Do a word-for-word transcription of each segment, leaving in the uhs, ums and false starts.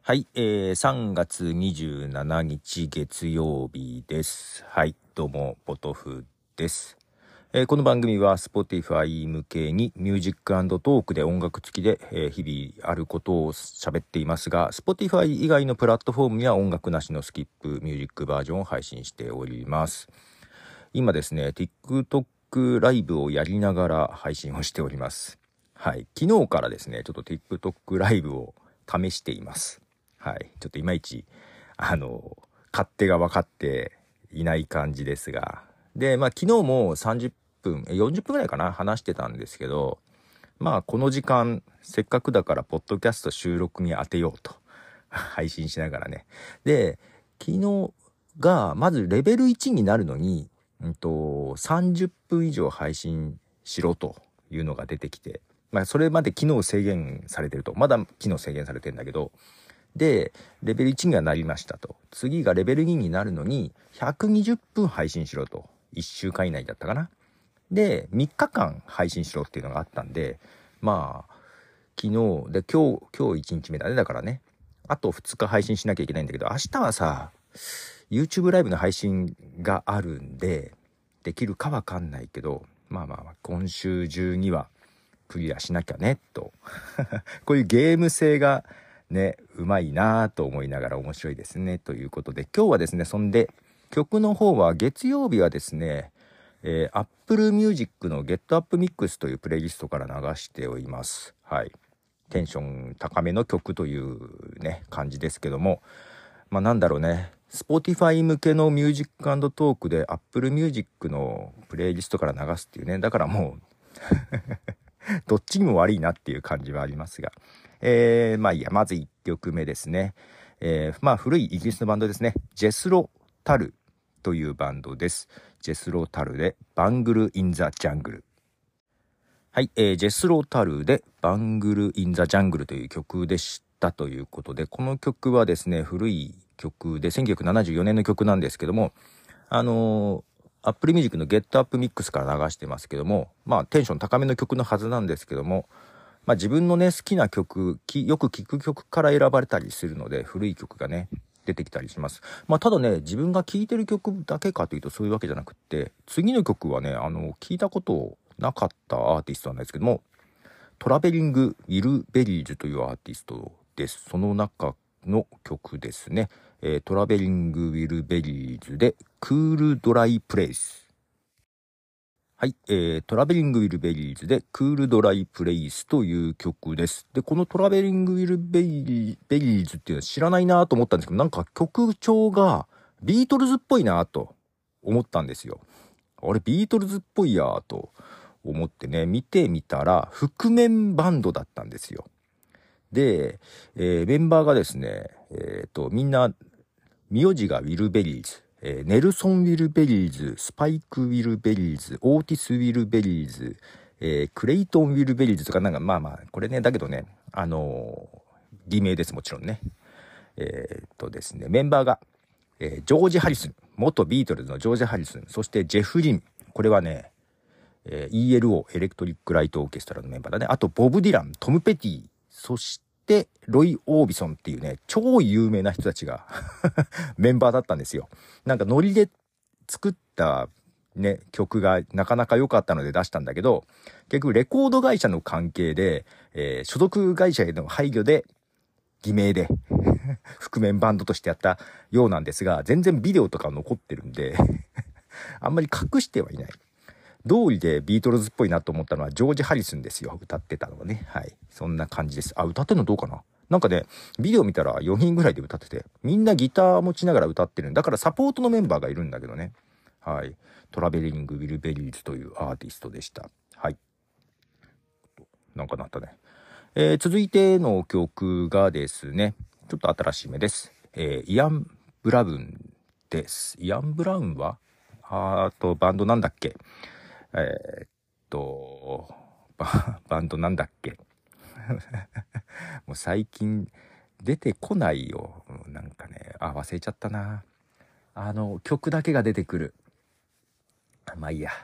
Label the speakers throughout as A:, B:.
A: はい、えー、さんがつにじゅうしちにち月曜日です。はい、どうも、ポトフです。えー、この番組は Spotify 向けにミュージック&トークで音楽付きで、えー、日々あることを喋っていますが、Spotify 以外のプラットフォームには音楽なしのスキップミュージックバージョンを配信しております。今ですね、TikTok ライブをやりながら配信をしております。はい、昨日からですね、ちょっと TikTok ライブを試しています。はい。ちょっといまいち、あの、勝手が分かっていない感じですが。で、まあ昨日もさんじゅっぷん、よんじゅっぷんぐらいかな、話してたんですけど、まあこの時間、せっかくだから、ポッドキャスト収録に当てようと。配信しながらね。で、昨日が、まずレベルいちになるのに、うんと、さんじゅっぷん以上配信しろというのが出てきて、まあそれまで昨日制限されてると。まだ昨日制限されてるんだけど、で、レベルいちにはなりましたと。次がレベルにになるのに、ひゃくにじゅっぷん配信しろと。いっしゅうかん以内だったかな。で、みっかかん配信しろっていうのがあったんで、まあ、昨日、で、今日、今日いちにちめだね。だからね。あとふつか配信しなきゃいけないんだけど、明日はさ、YouTube ライブの配信があるんで、できるかわかんないけど、まあまあ、今週中にはクリアしなきゃね、と。こういうゲーム性が、ね、うまいなぁと思いながら面白いですね。ということで、今日はですね、そんで、曲の方は月曜日はですね、えー、Apple Music の Get Up Mix というプレイリストから流しております。はい。テンション高めの曲というね、感じですけども、まあなんだろうね、Spotify 向けのミュージック&トークで Apple Music のプレイリストから流すっていうね、だからもう、どっちにも悪いなっていう感じはありますが、えー、まあいいや、まずいっきょくめですね。えー、まあ古いイギリスのバンドですね。ジェスロタルというバンドです。ジェスロタルでバングル・イン・ザ・ジャングル。はい、えー、ジェスロタルでバングル・イン・ザ・ジャングルという曲でしたということで、この曲はですね、古い曲でせんきゅうひゃくななじゅうよねんの曲なんですけども、あのー、Apple Music の Get Up Mix から流してますけども、まあテンション高めの曲のはずなんですけども、まあ自分のね、好きな曲、よく聴く曲から選ばれたりするので、古い曲がね、出てきたりします。まあただね、自分が聴いてる曲だけかというとそういうわけじゃなくって、次の曲はね、あの、聞いたことなかったアーティストなんですけども、トラベリング・ウィル・ベリーズというアーティストです。その中の曲ですね。えー、トラベリング・ウィル・ベリーズでクール・ドライ・プレイス。はい、えー、トラベリング・ウィル・ベリーズでクール・ドライ・プレイスという曲です。で、このトラベリング・ウィル・ベリー、ベリーズっていうのは知らないなと思ったんですけど、なんか曲調がビートルズっぽいなと思ったんですよ。あれ、ビートルズっぽいやと思ってね、見てみたら覆面バンドだったんですよ。で、えー、メンバーがですね、えっと、みんな、名字がウィル・ベリーズ、えー、ネルソン・ウィル・ベリーズ、スパイク・ウィル・ベリーズ、オーティス・ウィル・ベリーズ、えー、クレイトン・ウィル・ベリーズとかなんか、まあまあ、これね、だけどね、あのー、偽名です、もちろんね。えー、っとですね、メンバーが、えー、ジョージ・ハリスン、元ビートルズのジョージ・ハリスン、そしてジェフ・リン、これはね、えー、イーエルオー、エレクトリック・ライト・オーケストラのメンバーだね。あと、ボブ・ディラン、トム・ペティ、そしてロイ・オービソンっていうね、超有名な人たちがメンバーだったんですよ。なんかノリで作ったね、曲がなかなか良かったので出したんだけど、結局レコード会社の関係で、えー、所属会社への配慮で、偽名で覆面バンドとしてやったようなんですが、全然ビデオとか残ってるんであんまり隠してはいない。通りでビートルズっぽいなと思ったのはジョージ・ハリスンですよ。歌ってたのがね。はい。そんな感じです。あ、歌ってんのどうかな？なんかね、ビデオ見たらよにんぐらいで歌ってて、みんなギター持ちながら歌ってるんだからサポートのメンバーがいるんだけどね。はい。トラベリング・ウィル・ベリーズというアーティストでした。はい。なんかなったね。えー、続いての曲がですね、ちょっと新しい目です。えー、イアン・ブラウンです。イアン・ブラウンはあとバンドなんだっけえー、っとバ、バンドなんだっけもう最近出てこないよ。なんかね、あ、忘れちゃったな。あの、曲だけが出てくる。まあいいや。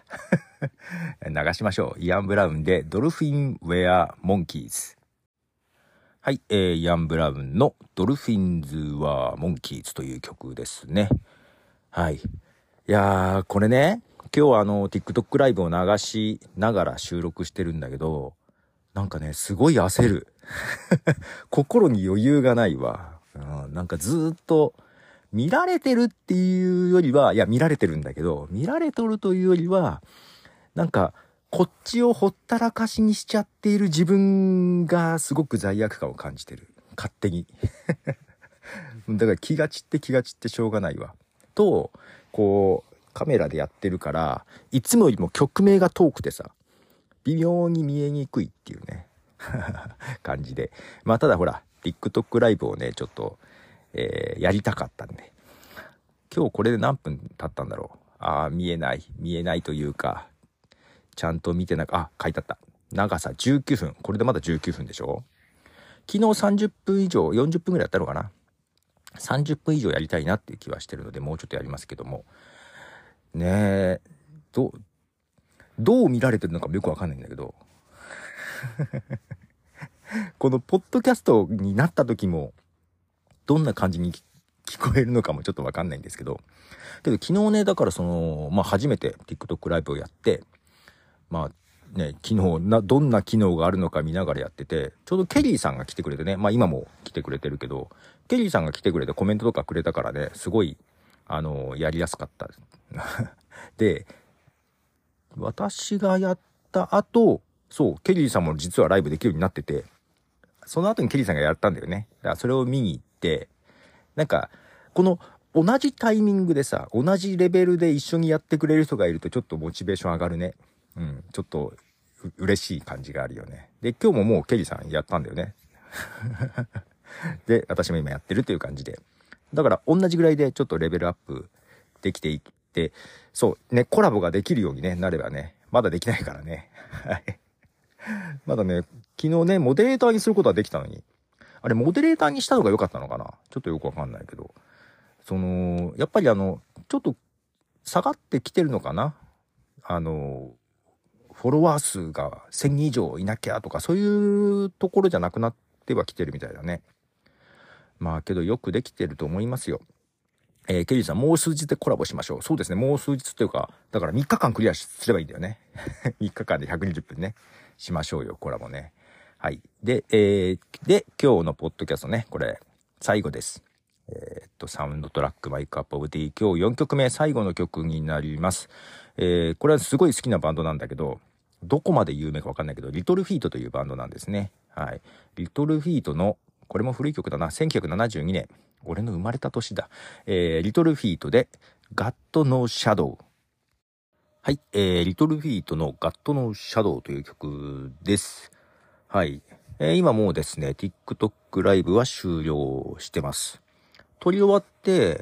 A: 流しましょう。イアン・ブラウンでドルフィン・ウェア・モンキーズ。 はい、えー、ヤン・ブラウンのドルフィンズはモンキーズという曲ですね。はい。いやー、これね、今日はあの、TikTok ライブを流しながら収録してるんだけど、なんかね、すごい焦る。心に余裕がないわ。うん、なんかずーっと、見られてるっていうよりは、いや、見られてるんだけど、見られとるというよりは、なんか、こっちをほったらかしにしちゃっている自分がすごく罪悪感を感じてる。勝手に。だから気が散って気が散ってしょうがないわ。と、こう、カメラでやってるから、いつもよりも曲名が遠くてさ、微妙に見えにくいっていうね、感じで。まあただほら、TikTok ライブをね、ちょっと、えー、やりたかったんで。今日これで何分経ったんだろう。ああ、見えない。見えないというか、ちゃんと見てなく、あ、書いてあった。長さじゅうきゅうふん。これでまだじゅうきゅうふんでしょ。昨日さんじゅっぷん以上、よんじゅっぷんぐらいやったのかな。さんじゅっぷん以上やりたいなっていう気はしてるので、もうちょっとやりますけども。ねえ、どう、どう見られてるのかもよくわかんないんだけど。このポッドキャストになった時も、どんな感じに聞こえるのかもちょっとわかんないんですけど。けど昨日ね、だからその、まあ初めて TikTok ライブをやって、まあね、昨日な、どんな機能があるのか見ながらやってて、ちょうどケリーさんが来てくれてね、まあ今も来てくれてるけど、ケリーさんが来てくれてコメントとかくれたからね、すごい、あの、やりやすかった。で、私がやった後、そう、ケリーさんも実はライブできるようになってて、その後にケリーさんがやったんだよね。だからそれを見に行って、なんか、この同じタイミングでさ、同じレベルで一緒にやってくれる人がいるとちょっとモチベーション上がるね。うん、ちょっと嬉しい感じがあるよね。で、今日ももうケリーさんやったんだよね。で、私も今やってるという感じで。だから同じぐらいでちょっとレベルアップできていって、そうね、コラボができるようにね、なればね、まだできないからね。はい。まだね、昨日ね、モデレーターにすることはできたのに、あれ、モデレーターにしたのが良かったのかな、ちょっとよくわかんないけど。その、やっぱりあの、ちょっと下がってきてるのかな、あの、フォロワー数がせんにん以上いなきゃとか、そういうところじゃなくなってはきてるみたいだね。まあけどよくできてると思いますよ。えー、ケリーさん、もう数日でコラボしましょう。そうですね、もう数日というか、だからみっかかんクリアすればいいんだよね。みっかかんでひゃくにじゅっぷんね、しましょうよ、コラボね。はい。で、えー、で、今日のポッドキャストね、これ、最後です。えー、っと、サウンドトラックマイクアップオブティー、今日よんきょくめ、最後の曲になります。えー、これはすごい好きなバンドなんだけど、どこまで有名かわかんないけど、リトルフィートというバンドなんですね。はい。リトルフィートの、これも古い曲だな、せんきゅうひゃくななじゅうにねん。俺の生まれた年だ。えー、リトルフィートで、ガットノーシャドウ。はい、えー、リトルフィートのガットノーシャドウという曲です。はい。えー、今もうですね、TikTok ライブは終了してます。撮り終わって、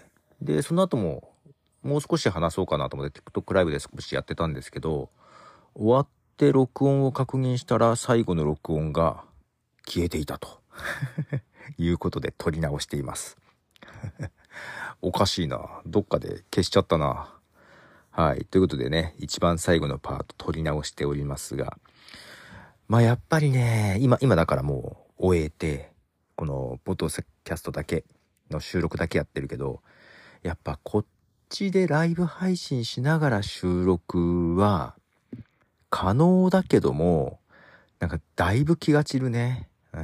A: で、その後も、もう少し話そうかなと思って TikTok ライブで少しやってたんですけど、終わって録音を確認したら最後の録音が消えていたということで撮り直しています。おかしいな。どっかで消しちゃったな。はい。ということでね、一番最後のパート撮り直しておりますが、まあやっぱりね、今、今だからもう終えて、このポッドキャストだけの収録だけやってるけど、やっぱこっちでライブ配信しながら収録は可能だけども、なんかだいぶ気が散るね。うん。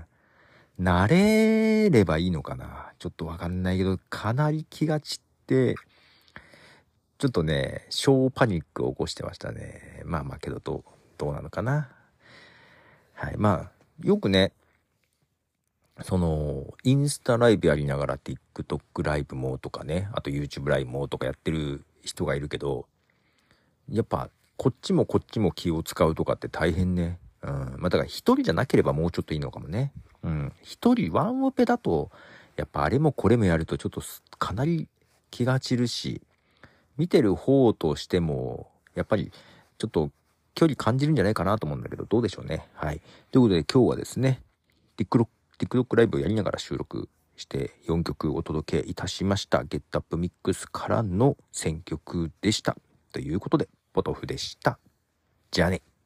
A: 慣れればいいのかな、ちょっとわかんないけど、かなり気が散って、ちょっとね、小パニックを起こしてましたね。まあまあけど、どう、どうなのかな。はい。まあ、よくね、その、インスタライブやりながら TikTok ライブもとかね、あと YouTube ライブもとかやってる人がいるけど、やっぱ、こっちもこっちも気を使うとかって大変ね。うん。まあだから一人じゃなければもうちょっといいのかもね。うん。一人ワンオペだと、やっぱあれもこれもやるとちょっとかなり気が散るし、見てる方としても、やっぱりちょっと距離感じるんじゃないかなと思うんだけど、どうでしょうね。はい。ということで今日はですね、TikTok、TikTok ライブをやりながら収録してよんきょくお届けいたしました。ゲットアップミックスからの選曲でした。ということで、ポトフでした。じゃあね。